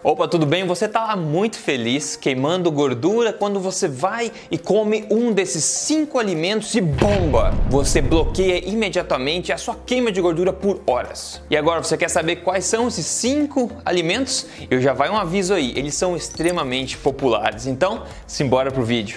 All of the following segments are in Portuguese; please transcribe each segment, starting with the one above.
Opa, tudo bem? Você tá lá muito feliz, queimando gordura quando você vai e come um desses 5 alimentos e bomba! Você bloqueia imediatamente a sua queima de gordura por horas. E agora você quer saber quais são esses 5 alimentos? Eu já vai um aviso aí, eles são extremamente populares. Então, simbora pro vídeo.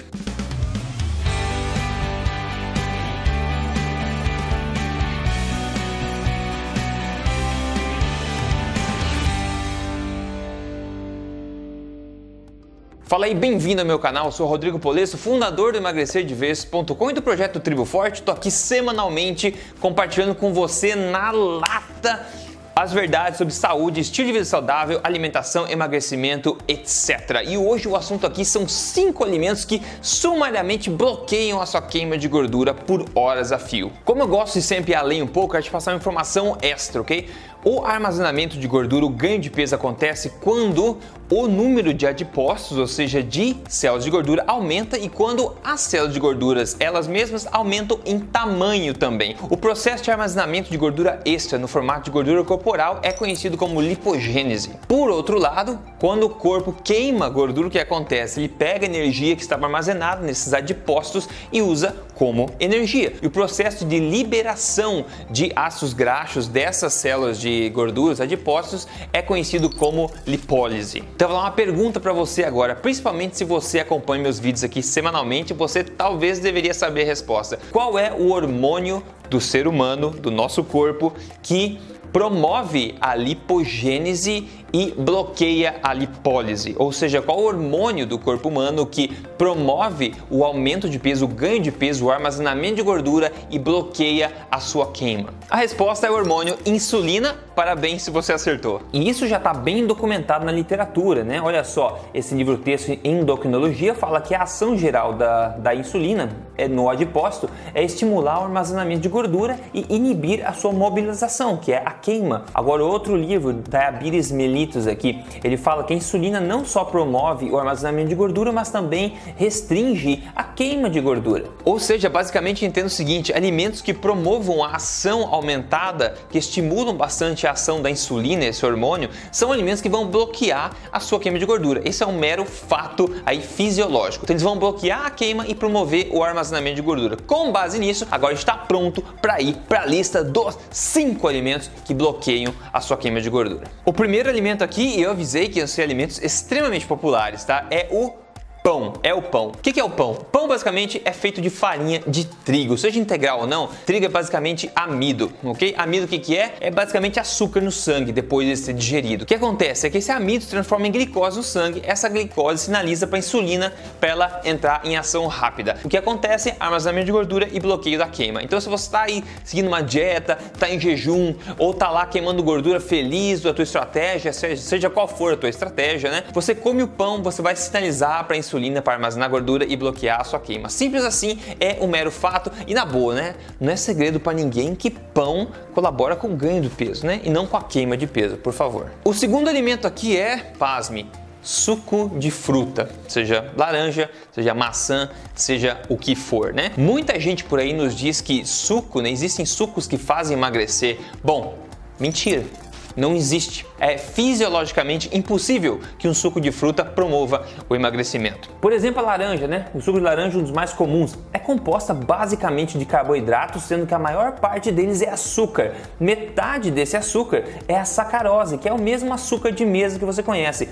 Fala aí, bem-vindo ao meu canal, eu sou o Rodrigo Polesso, fundador do emagrecerdevez.com e do projeto Tribo Forte. Tô aqui semanalmente compartilhando com você na lata as verdades sobre saúde, estilo de vida saudável, alimentação, emagrecimento, etc. E hoje o assunto aqui são 5 alimentos que sumariamente bloqueiam a sua queima de gordura por horas a fio. Como eu gosto de sempre ir além um pouco, eu quero te passar uma informação extra, ok? O armazenamento de gordura, o ganho de peso acontece quando o número de adipócitos, ou seja, de células de gordura, aumenta e quando as células de gorduras, elas mesmas, aumentam em tamanho também. O processo de armazenamento de gordura extra no formato de gordura corporal é conhecido como lipogênese. Por outro lado, quando o corpo queima gordura, o que acontece? Ele pega a energia que estava armazenada nesses adipócitos e usa como energia. E o processo de liberação de ácidos graxos dessas células de gorduras, adipócitos, é conhecido como lipólise. Então, vou dar uma pergunta para você agora, principalmente se você acompanha meus vídeos aqui semanalmente, você talvez deveria saber a resposta. Qual é o hormônio do ser humano, do nosso corpo, que promove a lipogênese e bloqueia a lipólise? Ou seja, qual o hormônio do corpo humano que promove o aumento de peso, o ganho de peso, o armazenamento de gordura e bloqueia a sua queima? A resposta é o hormônio insulina. Parabéns se você acertou. E isso já está bem documentado na literatura, né? Olha só, esse livro-texto em endocrinologia fala que a ação geral da insulina no adipócito é estimular o armazenamento de gordura e inibir a sua mobilização, que é a queima. Agora, outro livro, Diabetes mellitus aqui, ele fala que a insulina não só promove o armazenamento de gordura, mas também restringe a queima de gordura. Ou seja, basicamente entenda o seguinte: alimentos que promovam a ação aumentada, que estimulam bastante a ação da insulina, esse hormônio, são alimentos que vão bloquear a sua queima de gordura. Esse é um mero fato aí fisiológico. Então eles vão bloquear a queima e promover o armazenamento de gordura. Com base nisso, agora está pronto para ir para a lista dos 5 alimentos que bloqueiam a sua queima de gordura. O primeiro alimento aqui, eu avisei que iam ser alimentos extremamente populares, tá? É o pão. É o pão. O que é o pão? Pão basicamente é feito de farinha de trigo, seja integral ou não. Trigo é basicamente amido, ok? Amido o que é? É basicamente açúcar no sangue depois de ser digerido. O que acontece é que esse amido se transforma em glicose no sangue. Essa glicose sinaliza para a insulina para ela entrar em ação rápida. O que acontece? Armazenamento de gordura e bloqueio da queima. Então, se você está aí seguindo uma dieta, está em jejum ou está lá queimando gordura feliz da tua estratégia, seja qual for a tua estratégia, né? Você come o pão, você vai sinalizar para a insulina para armazenar gordura e bloquear a sua queima. Simples assim, é um mero fato e na boa, né? Não é segredo para ninguém que pão colabora com o ganho do peso, né? E não com a queima de peso, por favor. O segundo alimento aqui é, pasme, suco de fruta, seja laranja, seja maçã, seja o que for, né? Muita gente por aí nos diz que suco, né? Existem sucos que fazem emagrecer. Bom, mentira. Não existe. É fisiologicamente impossível que um suco de fruta promova o emagrecimento. Por exemplo, a laranja, né? O suco de laranja, um dos mais comuns, é composta basicamente de carboidratos, sendo que a maior parte deles é açúcar. Metade desse açúcar é a sacarose, que é o mesmo açúcar de mesa que você conhece.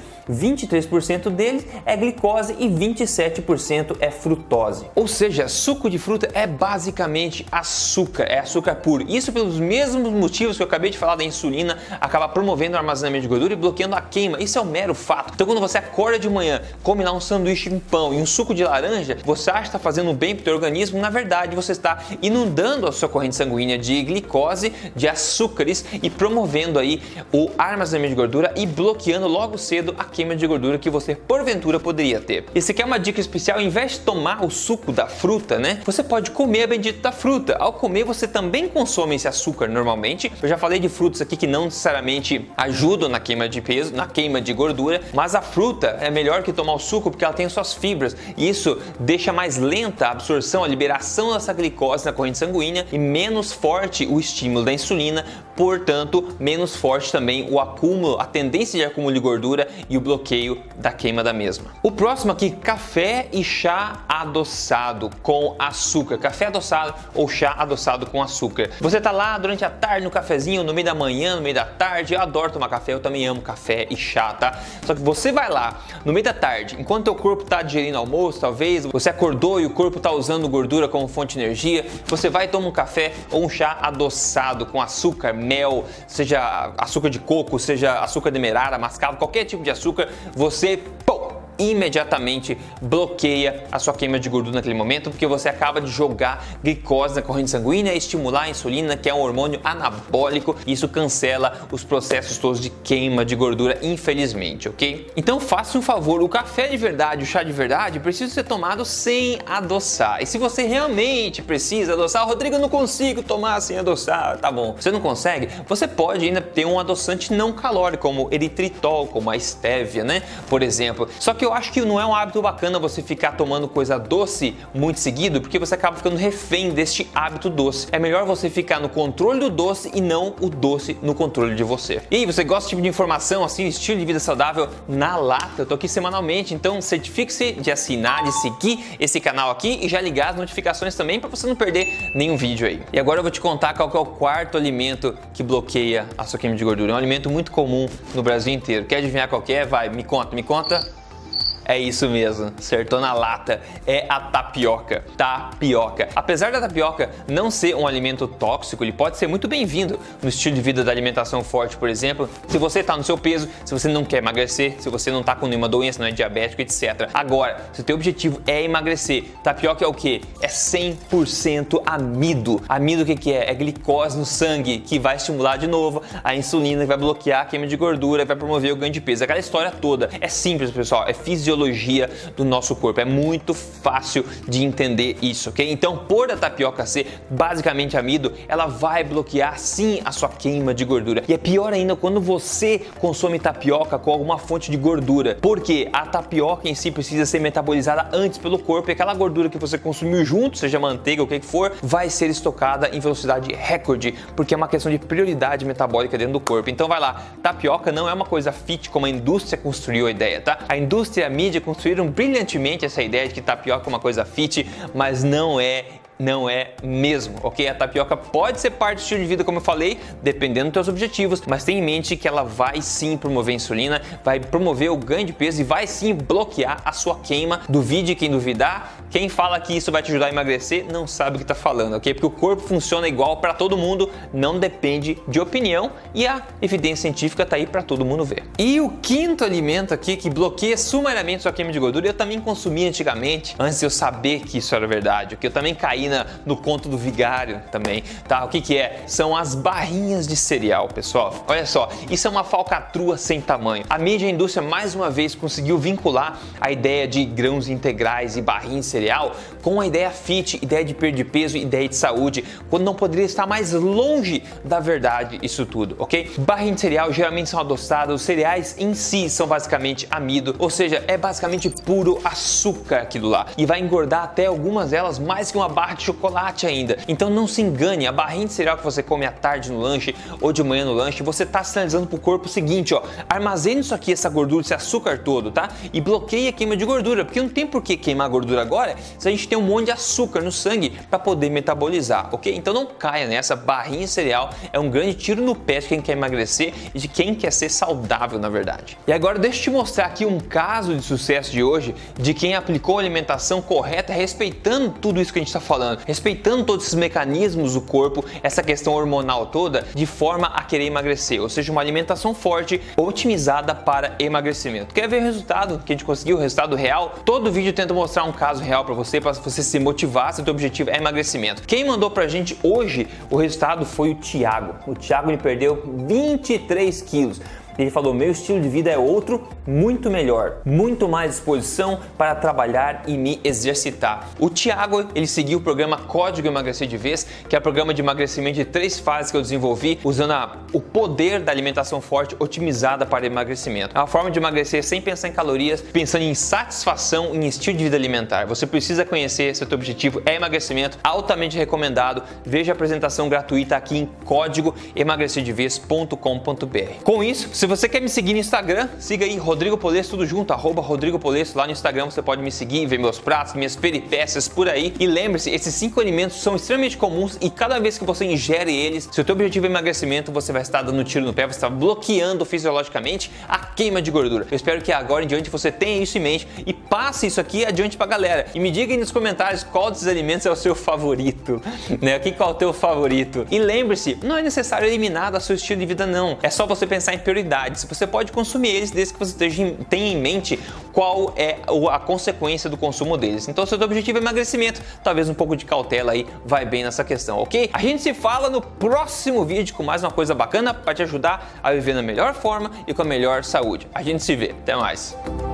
23% deles é glicose e 27% é frutose. Ou seja, suco de fruta é basicamente açúcar, é açúcar puro. Isso pelos mesmos motivos que eu acabei de falar da insulina, acaba promovendo o armazenamento de gordura e bloqueando a queima. Isso é um mero fato. Então, quando você acorda de manhã, come lá um sanduíche com pão e um suco de laranja, você acha que está fazendo bem para o teu organismo? Na verdade, você está inundando a sua corrente sanguínea de glicose, de açúcares e promovendo aí o armazenamento de gordura e bloqueando logo cedo a queima de gordura que você porventura poderia ter. E se quer uma dica especial, ao invés de tomar o suco da fruta, né, você pode comer a bendita da fruta. Ao comer, você também consome esse açúcar normalmente. Eu já falei de frutas aqui que não necessariamente ajudam ajudam na queima de peso, na queima de gordura, mas a fruta é melhor que tomar o suco porque ela tem suas fibras e isso deixa mais lenta a absorção, a liberação dessa glicose na corrente sanguínea e menos forte o estímulo da insulina, portanto, menos forte também o acúmulo, a tendência de acúmulo de gordura e o bloqueio da queima da mesma. O próximo aqui, café e chá adoçado com açúcar. Café adoçado ou chá adoçado com açúcar. Você tá lá durante a tarde no cafezinho, no meio da manhã, no meio da tarde, eu adoro tomar café, eu também amo café e chá, tá? Só que você vai lá no meio da tarde, enquanto teu corpo tá digerindo almoço, talvez, você acordou e o corpo tá usando gordura como fonte de energia, você vai e toma um café ou um chá adoçado com açúcar, mel, seja açúcar de coco, seja açúcar demerara, mascavo, qualquer tipo de açúcar, você imediatamente bloqueia a sua queima de gordura naquele momento, porque você acaba de jogar glicose na corrente sanguínea e estimular a insulina, que é um hormônio anabólico, e isso cancela os processos todos de queima de gordura, infelizmente, ok? Então faça um favor, o café de verdade, o chá de verdade precisa ser tomado sem adoçar. E se você realmente precisa adoçar, Rodrigo, eu não consigo tomar sem adoçar, tá bom. Você não consegue? Você pode ainda ter um adoçante não calórico, como eritritol, como a estévia, né? Por exemplo. Só que eu acho que não é um hábito bacana você ficar tomando coisa doce muito seguido, porque você acaba ficando refém deste hábito doce. É melhor você ficar no controle do doce e não o doce no controle de você. E aí, você gosta desse tipo de informação, assim, estilo de vida saudável na lata? Eu tô aqui semanalmente, então certifique-se de assinar, de seguir esse canal aqui e já ligar as notificações também para você não perder nenhum vídeo aí. E agora eu vou te contar qual que é o quarto alimento que bloqueia a sua queima de gordura. É um alimento muito comum no Brasil inteiro. Quer adivinhar qual que é? Vai, me conta, me conta. É isso mesmo, acertou na lata, é a tapioca. Tapioca. Apesar da tapioca não ser um alimento tóxico, ele pode ser muito bem-vindo no estilo de vida da alimentação forte, por exemplo. Se você está no seu peso, se você não quer emagrecer, se você não está com nenhuma doença, não é diabético, etc. Agora, se o teu objetivo é emagrecer, tapioca é o quê? É 100% amido. Amido o que é? É glicose no sangue, que vai estimular de novo a insulina, que vai bloquear a queima de gordura, vai promover o ganho de peso. Aquela história toda. É simples, pessoal, é fisiologia do nosso corpo. É muito fácil de entender isso, ok? Então, por a tapioca ser basicamente amido, ela vai bloquear sim a sua queima de gordura. E é pior ainda quando você consome tapioca com alguma fonte de gordura, porque a tapioca em si precisa ser metabolizada antes pelo corpo e aquela gordura que você consumiu junto, seja manteiga ou o que for, vai ser estocada em velocidade recorde, porque é uma questão de prioridade metabólica dentro do corpo. Então vai lá, tapioca não é uma coisa fit como a indústria construiu a ideia, tá? A indústria, a mídia construíram brilhantemente essa ideia de que tapioca é uma coisa fit, mas não é mesmo, ok? A tapioca pode ser parte do estilo de vida, como eu falei, dependendo dos teus objetivos, mas tenha em mente que ela vai sim promover a insulina, vai promover o ganho de peso e vai sim bloquear a sua queima. Duvide quem duvidar, quem fala que isso vai te ajudar a emagrecer não sabe o que está falando, ok? Porque o corpo funciona igual para todo mundo, não depende de opinião e a evidência científica está aí para todo mundo ver. E o quinto alimento aqui que bloqueia sumariamente sua queima de gordura, eu também consumi antigamente, antes de eu saber que isso era verdade, ok? Eu também caí no conto do vigário também, tá? O que é? São as barrinhas de cereal, pessoal. Olha só, isso é uma falcatrua sem tamanho. A mídia e a indústria mais uma vez conseguiu vincular a ideia de grãos integrais e barrinhas de cereal com a ideia fit, ideia de perda de peso, ideia de saúde, quando não poderia estar mais longe da verdade isso tudo, ok? Barrinhas de cereal geralmente são adoçadas, os cereais em si são basicamente amido, ou seja, é basicamente puro açúcar aquilo lá, e vai engordar até algumas delas mais que uma barra de chocolate ainda. Então não se engane, a barrinha de cereal que você come à tarde no lanche ou de manhã no lanche, você está sinalizando para o corpo o seguinte, ó, armazene isso aqui, essa gordura, esse açúcar todo, tá? E bloqueie a queima de gordura, porque não tem por que queimar a gordura agora se a gente tem um monte de açúcar no sangue para poder metabolizar, ok? Então não caia nessa, barrinha de cereal é um grande tiro no pé de quem quer emagrecer e de quem quer ser saudável, na verdade. E agora deixa eu te mostrar aqui um caso de sucesso de hoje, de quem aplicou a alimentação correta, respeitando tudo isso que a gente está falando, respeitando todos esses mecanismos do corpo, essa questão hormonal toda, de forma a querer emagrecer, ou seja, uma alimentação forte, otimizada para emagrecimento. Quer ver o resultado que a gente conseguiu, o resultado real? Todo vídeo tenta mostrar um caso real para você se motivar, se o teu objetivo é emagrecimento. Quem mandou pra gente hoje o resultado foi o Thiago. O Thiago, ele perdeu 23 quilos. Ele falou: meu estilo de vida é outro, muito melhor, muito mais disposição para trabalhar e me exercitar. O Thiago, ele seguiu o programa Código Emagrecer de Vez, que é o programa de emagrecimento de 3 fases que eu desenvolvi usando o poder da alimentação forte otimizada para emagrecimento. É uma forma de emagrecer sem pensar em calorias, pensando em satisfação, em estilo de vida alimentar. Você precisa conhecer se o teu objetivo é emagrecimento, altamente recomendado. Veja a apresentação gratuita aqui em código emagrecerdevez.com.br. Com isso, se você quer me seguir no Instagram, siga aí Rodrigo Polesso, tudo junto, @Rodrigo Polesso. Lá no Instagram você pode me seguir, ver meus pratos, minhas peripécias por aí. E lembre-se, esses 5 alimentos são extremamente comuns e cada vez que você ingere eles, se o teu objetivo é emagrecimento, você vai estar dando tiro no pé, você está bloqueando fisiologicamente a queima de gordura. Eu espero que agora em diante você tenha isso em mente e passe isso aqui adiante pra galera. E me diga aí nos comentários qual desses alimentos é o seu favorito, né? Qual é o teu favorito? E lembre-se, não é necessário eliminar do seu estilo de vida não. É só você pensar em prioridades. Você pode consumir eles desde que você tenha em mente qual é a consequência do consumo deles. Então, se o teu objetivo é emagrecimento, talvez um pouco de cautela aí vai bem nessa questão, ok? A gente se fala no próximo vídeo com mais uma coisa bacana para te ajudar a viver na melhor forma e com a melhor saúde. A gente se vê. Até mais.